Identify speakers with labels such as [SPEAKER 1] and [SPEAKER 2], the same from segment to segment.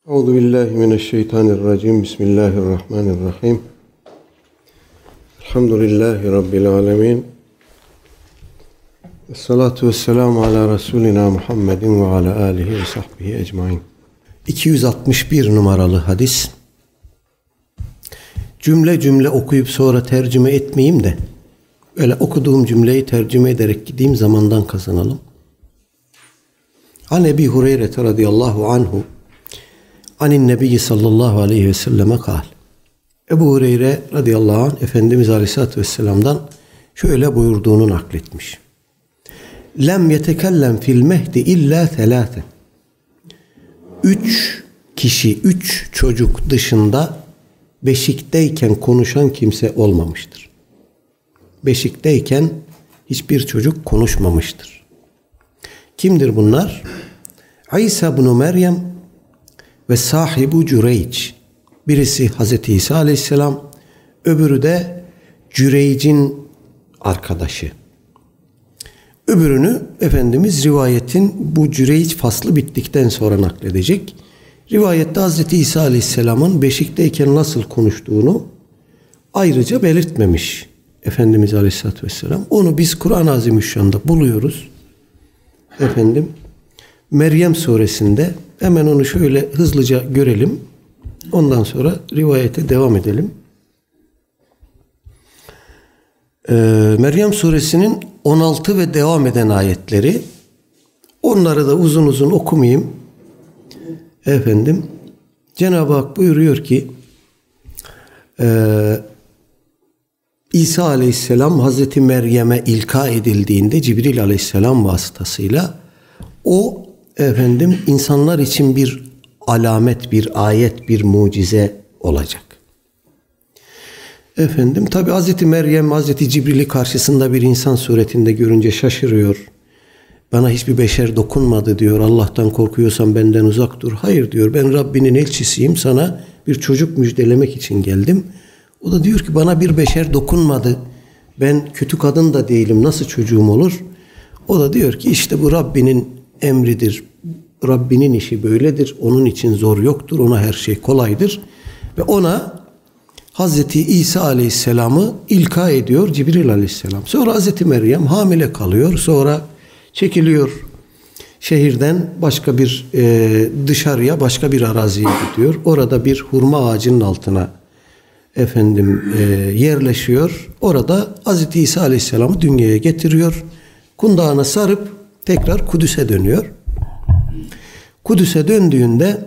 [SPEAKER 1] Euzubillahimineşşeytanirracim. Bismillahirrahmanirrahim. Elhamdülillahi Rabbil alemin. Esselatu vesselamu ala Resulina Muhammedin ve ala alihi ve sahbihi ecmain. 261 numaralı hadis. Cümle cümle okuyup sonra tercüme etmeyeyim de öyle okuduğum cümleyi tercüme ederek gideyim, zamandan kazanalım. An Ebi Hureyre radıyallahu anhu anin Nebi sallallahu aleyhi ve selleme kal. Ebu Hureyre radıyallahu anh Efendimiz aleyhissalatü vesselam'dan şöyle buyurduğunu nakletmiş. Lem yetekellem fil mehdi illa thelâte. 3 kişi, 3 çocuk dışında beşikteyken konuşan kimse olmamıştır. Beşikteyken hiçbir çocuk konuşmamıştır. Kimdir bunlar? İsa ibn Meryem ve sahibu Cüreyc. Birisi Hazreti İsa aleyhisselam, öbürü de Cüreyc'in arkadaşı. Öbürünü Efendimiz rivayetin bu Cüreyc faslı bittikten sonra nakledecek. Rivayette Hazreti İsa aleyhisselamın beşikteyken nasıl konuştuğunu ayrıca belirtmemiş Efendimiz aleyhisselatü vesselam. Onu biz Kur'an-ı Azimüşşan'da buluyoruz. Meryem suresinde, hemen onu şöyle hızlıca görelim. Ondan sonra rivayete devam edelim. Meryem suresinin 16 ve devam eden ayetleri. Onları da uzun uzun okumayayım. Cenab-ı Hak buyuruyor ki İsa aleyhisselam Hazreti Meryem'e ilka edildiğinde Cibril aleyhisselam vasıtasıyla o insanlar için bir alamet, bir ayet, bir mucize olacak. Tabi Hazreti Meryem Hazreti Cibril'i karşısında bir insan suretinde görünce şaşırıyor. Bana hiçbir beşer dokunmadı diyor. Allah'tan korkuyorsan benden uzak dur. Hayır diyor, ben Rabbinin elçisiyim, sana bir çocuk müjdelemek için geldim. O da diyor ki bana bir beşer dokunmadı. Ben kötü kadın da değilim, nasıl çocuğum olur? O da diyor ki işte bu Rabbinin emridir. Rabbinin işi böyledir. Onun için zor yoktur. Ona her şey kolaydır. Ve ona Hazreti İsa aleyhisselamı ilka ediyor Cibril aleyhisselam. Sonra Hazreti Meryem hamile kalıyor. Sonra çekiliyor şehirden başka bir dışarıya, başka bir araziye gidiyor. Orada bir hurma ağacının altına yerleşiyor. Orada Hazreti İsa aleyhisselamı dünyaya getiriyor. Kundağına sarıp tekrar Kudüs'e dönüyor. Kudüs'e döndüğünde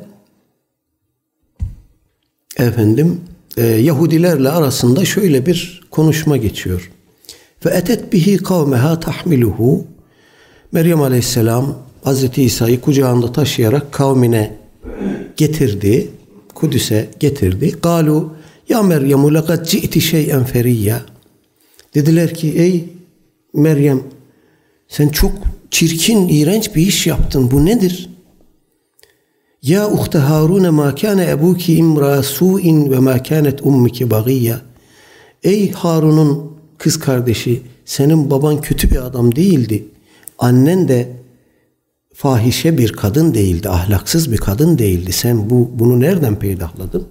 [SPEAKER 1] Yahudilerle arasında şöyle bir konuşma geçiyor. Ve etet bihi kavmeha tahmiluhu. Meryem aleyhisselam Hazreti İsa'yı kucağında taşıyarak kavmine getirdi. Kudüs'e getirdi. Galu ya Meryem lekad ci'ti şey'en feriyya. Dediler ki ey Meryem, sen çok çirkin, iğrenç bir iş yaptın. Bu nedir? Ya uhte Harun ma kana ebuki imra su'in ve ma kanet ummuki bagiyya. Ey Harun'un kız kardeşi, senin baban kötü bir adam değildi. Annen de fahişe bir kadın değildi, ahlaksız bir kadın değildi. Sen bunu nereden peydahladın?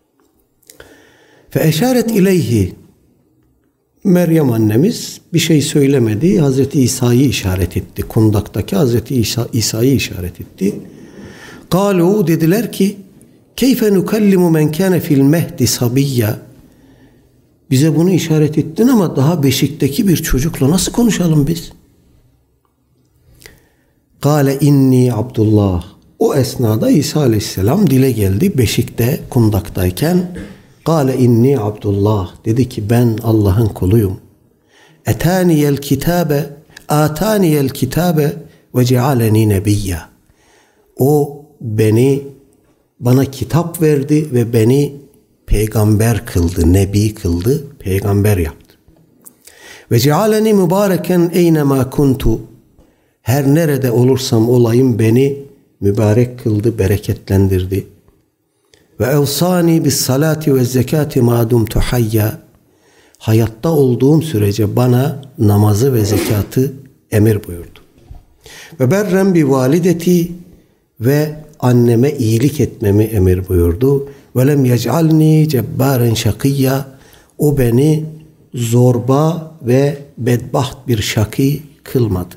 [SPEAKER 1] Fe eşaret ileyhi. Meryem annemiz bir şey söylemedi. Hazreti İsa'yı işaret etti. Kundaktaki Hazreti İsa'yı işaret etti. Kalu, dediler ki keyfe nukellimu men kâne fil mehdi sabiyya. Bize bunu işaret ettin ama daha beşikteki bir çocukla nasıl konuşalım biz? Kâle inni Abdullah. O esnada İsa aleyhisselam dile geldi beşikte, kundaktayken. Kâle inni Abdullah. Dedi ki ben Allah'ın kuluyum. Etâniyel kitâbe ve cealeni nebiyya. O bana kitap verdi ve beni peygamber kıldı, nebi kıldı, peygamber yaptı. Ve cealeni mübareken eynemâ kuntu. Her nerede olursam olayım beni mübarek kıldı, bereketlendirdi. Ve evsani bis salati ve zekati ma dumtu hayya. Hayatta olduğum sürece bana namazı ve zekatı emir buyurdu. Ve berrem bi valideti, ve anneme iyilik etmemi emir buyurdu. Ve lem yec'alni cebbaren şakiyya. O beni zorba ve bedbaht bir şakî kılmadı.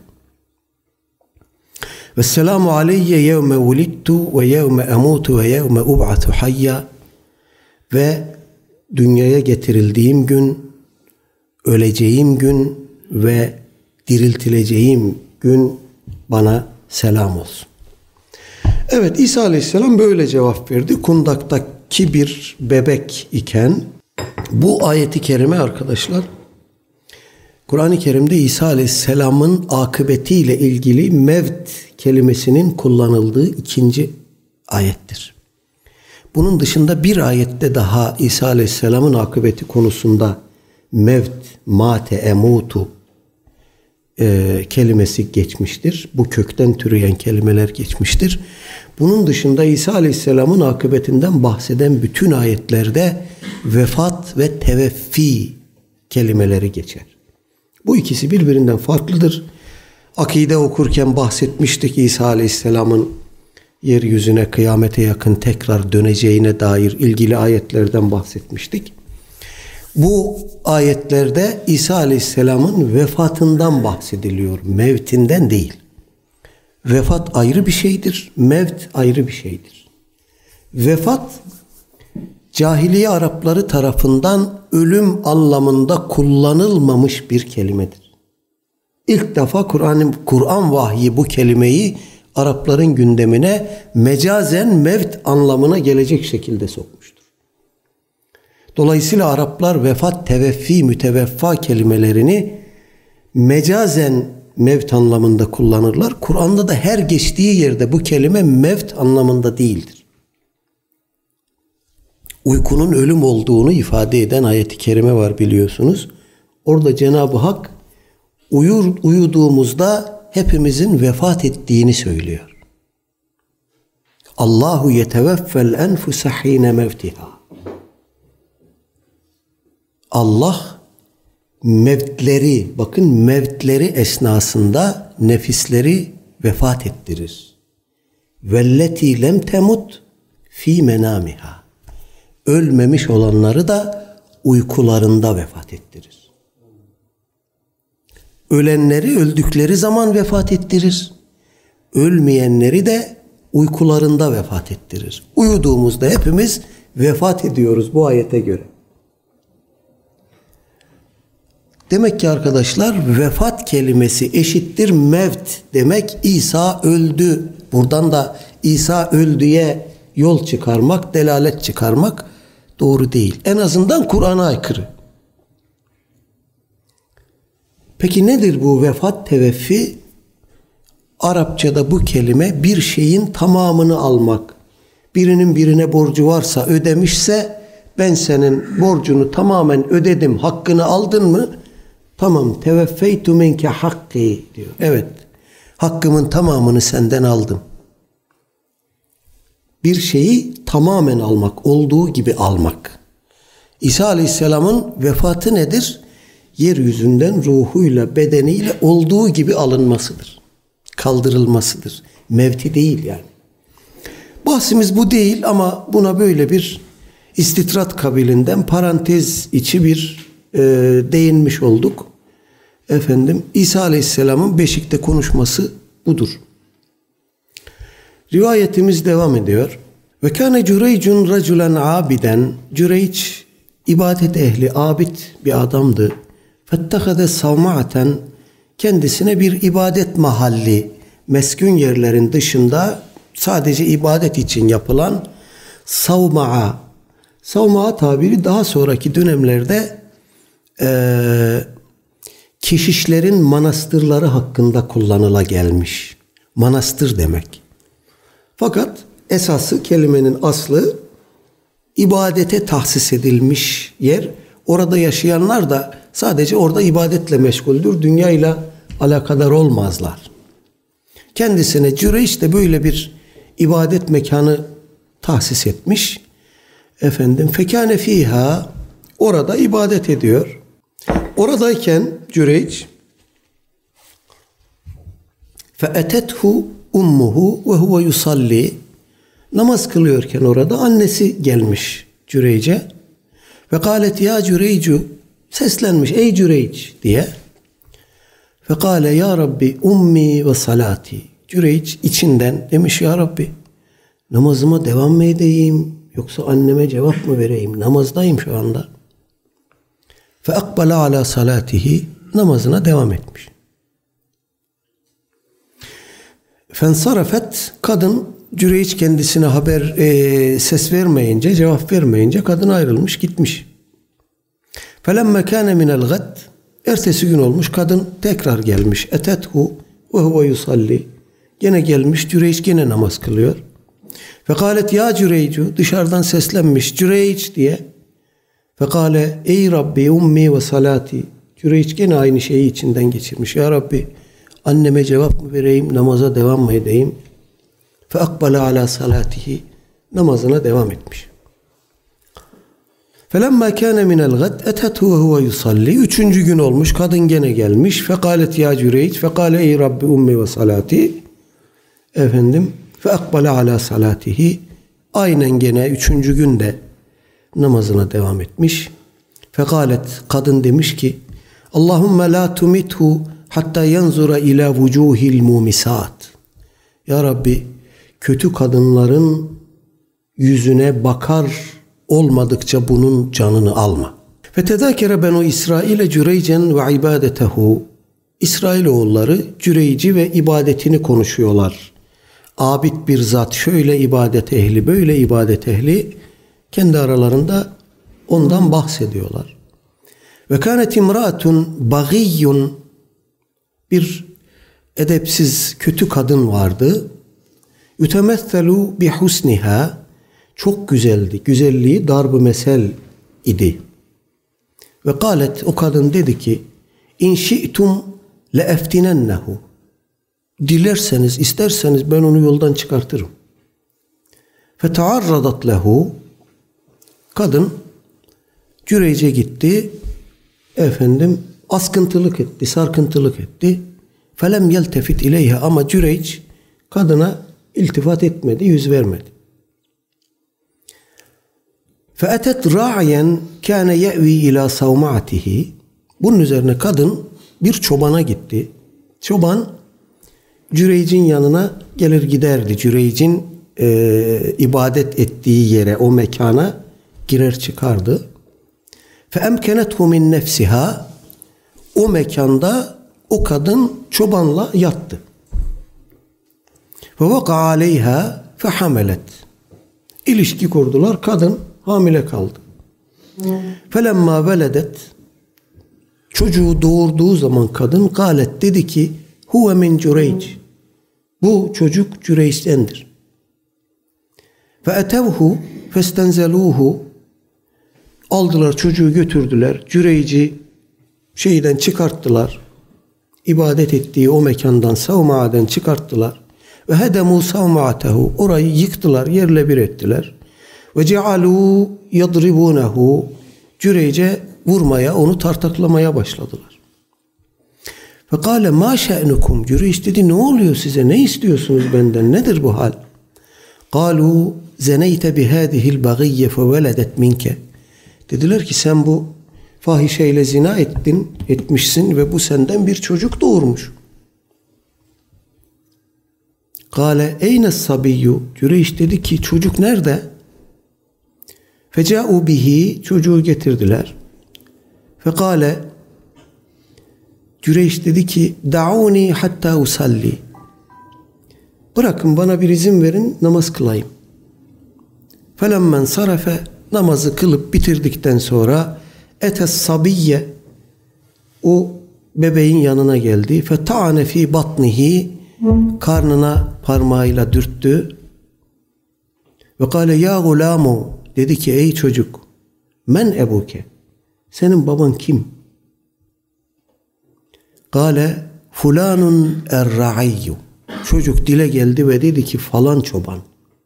[SPEAKER 1] Vesselamu aleyye yevme vulidtu ve yevme emutu ve yevme ub'atu hayya. Ve dünyaya getirildiğim gün, öleceğim gün ve diriltileceğim gün bana selam olsun. Evet, İsa Aleyhisselam böyle cevap verdi. Kundaktaki bir bebek iken. Bu ayeti kerime arkadaşlar, Kur'an-ı Kerim'de İsa Aleyhisselam'ın akıbetiyle ilgili mevt kelimesinin kullanıldığı ikinci ayettir. Bunun dışında bir ayette daha İsa Aleyhisselam'ın akıbeti konusunda mevt, mate, emutu kelimesi geçmiştir. Bu kökten türeyen kelimeler geçmiştir. Bunun dışında İsa Aleyhisselam'ın akıbetinden bahseden bütün ayetlerde vefat ve teveffi kelimeleri geçer. Bu ikisi birbirinden farklıdır. Akide okurken bahsetmiştik, İsa Aleyhisselam'ın yeryüzüne kıyamete yakın tekrar döneceğine dair ilgili ayetlerden bahsetmiştik. Bu ayetlerde İsa Aleyhisselam'ın vefatından bahsediliyor, mevtinden değil. Vefat ayrı bir şeydir, mevt ayrı bir şeydir. Vefat, cahiliye Arapları tarafından ölüm anlamında kullanılmamış bir kelimedir. İlk defa Kur'an vahyi bu kelimeyi Arapların gündemine mecazen mevt anlamına gelecek şekilde sokmuştur. Dolayısıyla Araplar vefat, teveffi, müteveffa kelimelerini mecazen mevt anlamında kullanırlar. Kur'an'da da her geçtiği yerde bu kelime mevt anlamında değildir. Uykunun ölüm olduğunu ifade eden ayet-i kerime var biliyorsunuz. Orada Cenab-ı Hak uyuduğumuzda hepimizin vefat ettiğini söylüyor. Allahu yeteveffel enfuse hine mevtiha. Allah mevtleri, bakın mevtleri esnasında nefisleri vefat ettirir. Velleti lem temut fi menamiha. Ölmemiş olanları da uykularında vefat ettirir. Ölenleri öldükleri zaman vefat ettirir. Ölmeyenleri de uykularında vefat ettirir. Uyuduğumuzda hepimiz vefat ediyoruz bu ayete göre. Demek ki arkadaşlar vefat kelimesi eşittir mevt demek. İsa öldü. Buradan da İsa öldüye yol çıkarmak, delalet çıkarmak doğru değil. En azından Kur'an'a aykırı. Peki nedir bu vefat, teveffi? Arapçada bu kelime bir şeyin tamamını almak. Birinin birine borcu varsa, ödemişse ben senin borcunu tamamen ödedim, hakkını aldın mı? Tamam, teveffeytu minke hakki diyor. Evet, hakkımın tamamını senden aldım. Bir şeyi tamamen almak, olduğu gibi almak. İsa Aleyhisselam'ın vefatı nedir? Yeryüzünden ruhuyla, bedeniyle olduğu gibi alınmasıdır. Kaldırılmasıdır. Mevti değil yani. Bahsimiz bu değil ama buna böyle bir istitrat kabilinden parantez içi bir değinmiş olduk. İsa Aleyhisselam'ın beşikte konuşması budur. Rivayetimiz devam ediyor. Ve kâne Cüreycun raculen abiden. Cüreyç ibadet ehli, abid bir adamdı. Fettehade savma'aten, kendisine bir ibadet mahalli, meskun yerlerin dışında sadece ibadet için yapılan savma'a. Savma'a tabiri daha sonraki dönemlerde keşişlerin manastırları hakkında kullanıla gelmiş. Manastır demek. Fakat esası, kelimenin aslı ibadete tahsis edilmiş yer. Orada yaşayanlar da sadece orada ibadetle meşguldür. Dünyayla alakadar olmazlar. Kendisine Cüreyş de böyle bir ibadet mekanı tahsis etmiş. Fekâne fîhâ, orada ibadet ediyor. Oradayken Cüreyç fe'etethu ummuhu ve huve yusalli, Namaz kılıyorken orada annesi gelmiş Cüreyc'e. Ve kâlet ya Cüreycu, seslenmiş ey Cüreyc diye. Ve kâle ya Rabbi ummi ve salati. Cüreyc içinden demiş ya Rabbi namazıma devam mı edeyim yoksa anneme cevap mı vereyim? Namazdayım şu anda. Fe akbala ala salatihi, namazına devam etmiş. Fensarafet, kadın Cüreyc kendisine ses vermeyince, cevap vermeyince kadın ayrılmış gitmiş. Felemme kâne minel gad, ertesi gün olmuş, kadın tekrar gelmiş. Etethu ve huve yusalli, gene gelmiş, Cüreyc gene namaz kılıyor. Fekâlet ya Cüreycu, dışarıdan seslenmiş Cüreyc diye. Fekâle ey Rabbi ummi ve salati. Cüreyc gene aynı şeyi içinden geçirmiş. Ya Rabbi anneme cevap mı vereyim, namaza devam mı edeyim? Fe akbala ala salatihi, namazına devam etmiş. Felemma kâne minel gad etethu ve huve yusalli. Üçüncü gün olmuş, kadın gene gelmiş. Fekâlet ya Cüreyc, fekâle ey Rabbi ummi ve salati. Fe akbala ala salatihi. Aynen gene üçüncü günde namazına devam etmiş. Fekâlet, kadın demiş ki Allahümme la tumithu hatta yanzura ila vucuhil mumisat. Ya Rabbi kötü kadınların yüzüne bakar olmadıkça bunun canını alma. Fetedâkere benu İsrail'e Cüreycen ve ibadetehu. İsrailoğulları Cüreyci ve ibadetini konuşuyorlar. Abid bir zat, şöyle ibadet ehli, böyle ibadet ehli, kendi aralarında ondan bahsediyorlar. Ve kânet imra'atun bagiyyun, bir edepsiz kötü kadın vardı. Yutemesselu bi husniha, çok güzeldi. Güzelliği darb-ı mesel idi. Ve kâlet, o kadın dedi ki in şi'tum le eftinennehu. Dilerseniz, isterseniz ben onu yoldan çıkartırım. Fetearradat lehu. Kadın Cüreyc'e gitti. Askıntılık etti, sarkıntılık etti. Felem yeltefit ileyha, ama Cüreyc kadına iltifat etmedi, yüz vermedi. Feetet ra'iyen kâne ye'vi ila savma'atihi. Bunun üzerine kadın bir çobana gitti. Çoban Cüreyc'in yanına gelir giderdi. Cüreyc'in ibadet ettiği yere, o mekana girer çıkardı. Feemkenethu min nefsiha. O mekanda o kadın çobanla yattı. Ve vaka aleyha fehamelet. İlişki kurdular. Kadın hamile kaldı. Felemma veledet. Çocuğu doğurduğu zaman kadın galet, dedi ki huve min Cüreyc. Bu çocuk Cüreyc'tendir. Fe etevhu festenzeluhu. Aldılar çocuğu, götürdüler. Cüreyc'i şeyden çıkarttılar. İbadet ettiği o mekandan, savma'aden çıkarttılar. Ve hedemu savma'atehu. Orayı yıktılar, yerle bir ettiler. Ve cealu yadribunehu. Cüreyc'e vurmaya, onu tartaklamaya başladılar. Fekale ma şe'nukum. Cüreyc dedi, ne oluyor size? Ne istiyorsunuz benden? Nedir bu hal? Kalu zeneyte bihâdihil bagiyye feveledet minke. Dediler ki sen bu fahişeyle zina etmişsin ve bu senden bir çocuk doğurmuş. Kale eyne sabiyyu. Cüreyc dedi ki çocuk nerede? Feca'u bihi. Çocuğu getirdiler. Fekale, Cüreyc dedi ki da'uni hatta usalli. Bırakın, bana bir izin verin, namaz kılayım. Felemmen sarafe. Namazı kılıp bitirdikten sonra etes sabiyye, o bebeğin yanına geldi. Feta'ane fi batnihi. Karnına parmağıyla dürttü. Ve kâle ya gulamu. Dedi ki ey çocuk, men ebuke. Senin baban kim? Kâle fulanun er-ra'iyyu. Çocuk dile geldi ve dedi ki falan çoban.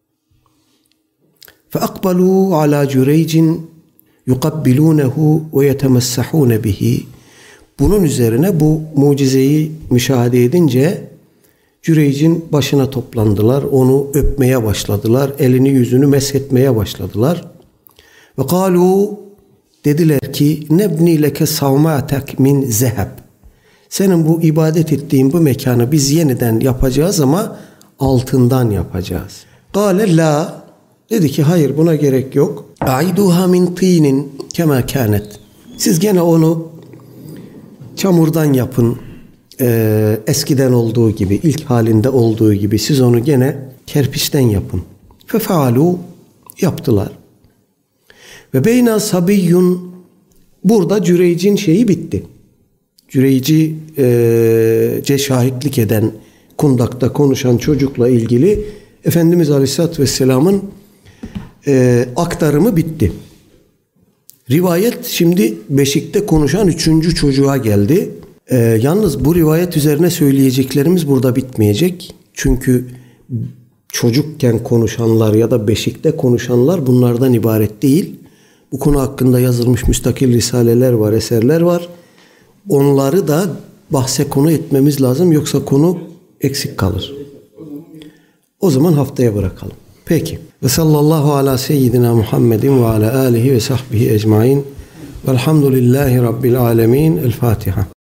[SPEAKER 1] فَاَقْبَلُوا عَلَى جُرَيْجٍ يُقَبِّلُونَهُ وَيَتَمَسَّحُونَ بِهِ. Bunun üzerine, bu mucizeyi müşahede edince Cüreyc'in başına toplandılar. Onu öpmeye başladılar. Elini yüzünü meshetmeye başladılar. Ve kâlû, dediler ki nebni leke savmâtek min zeheb. Senin bu ibadet ettiğin bu mekanı biz yeniden yapacağız ama altından yapacağız. Kâle la, dedi ki hayır, buna gerek yok. Aiduha min tînin kemâ kânet. Siz gene onu çamurdan yapın. Eskiden olduğu gibi, ilk halinde olduğu gibi siz onu gene kerpiçten yapın. Fefaalû, yaptılar. Ve beyna sabiyyun, burada Cüreyc'in şeyi bitti. Cüreyc'e şahitlik eden, kundakta konuşan çocukla ilgili Efendimiz Aleyhisselatü Vesselam'ın aktarımı bitti. Rivayet şimdi beşikte konuşan 3. çocuğa geldi. Yalnız bu rivayet üzerine söyleyeceklerimiz burada bitmeyecek. Çünkü çocukken konuşanlar ya da beşikte konuşanlar bunlardan ibaret değil. Bu konu hakkında yazılmış müstakil risaleler var, eserler var. Onları da bahse konu etmemiz lazım. Yoksa konu eksik kalır. O zaman haftaya bırakalım. Peki. Ve sallallahu ala seyyidina Muhammedin ve ala alihi ve sahbihi ecmain. Velhamdülillahi Rabbil alemin. El Fatiha.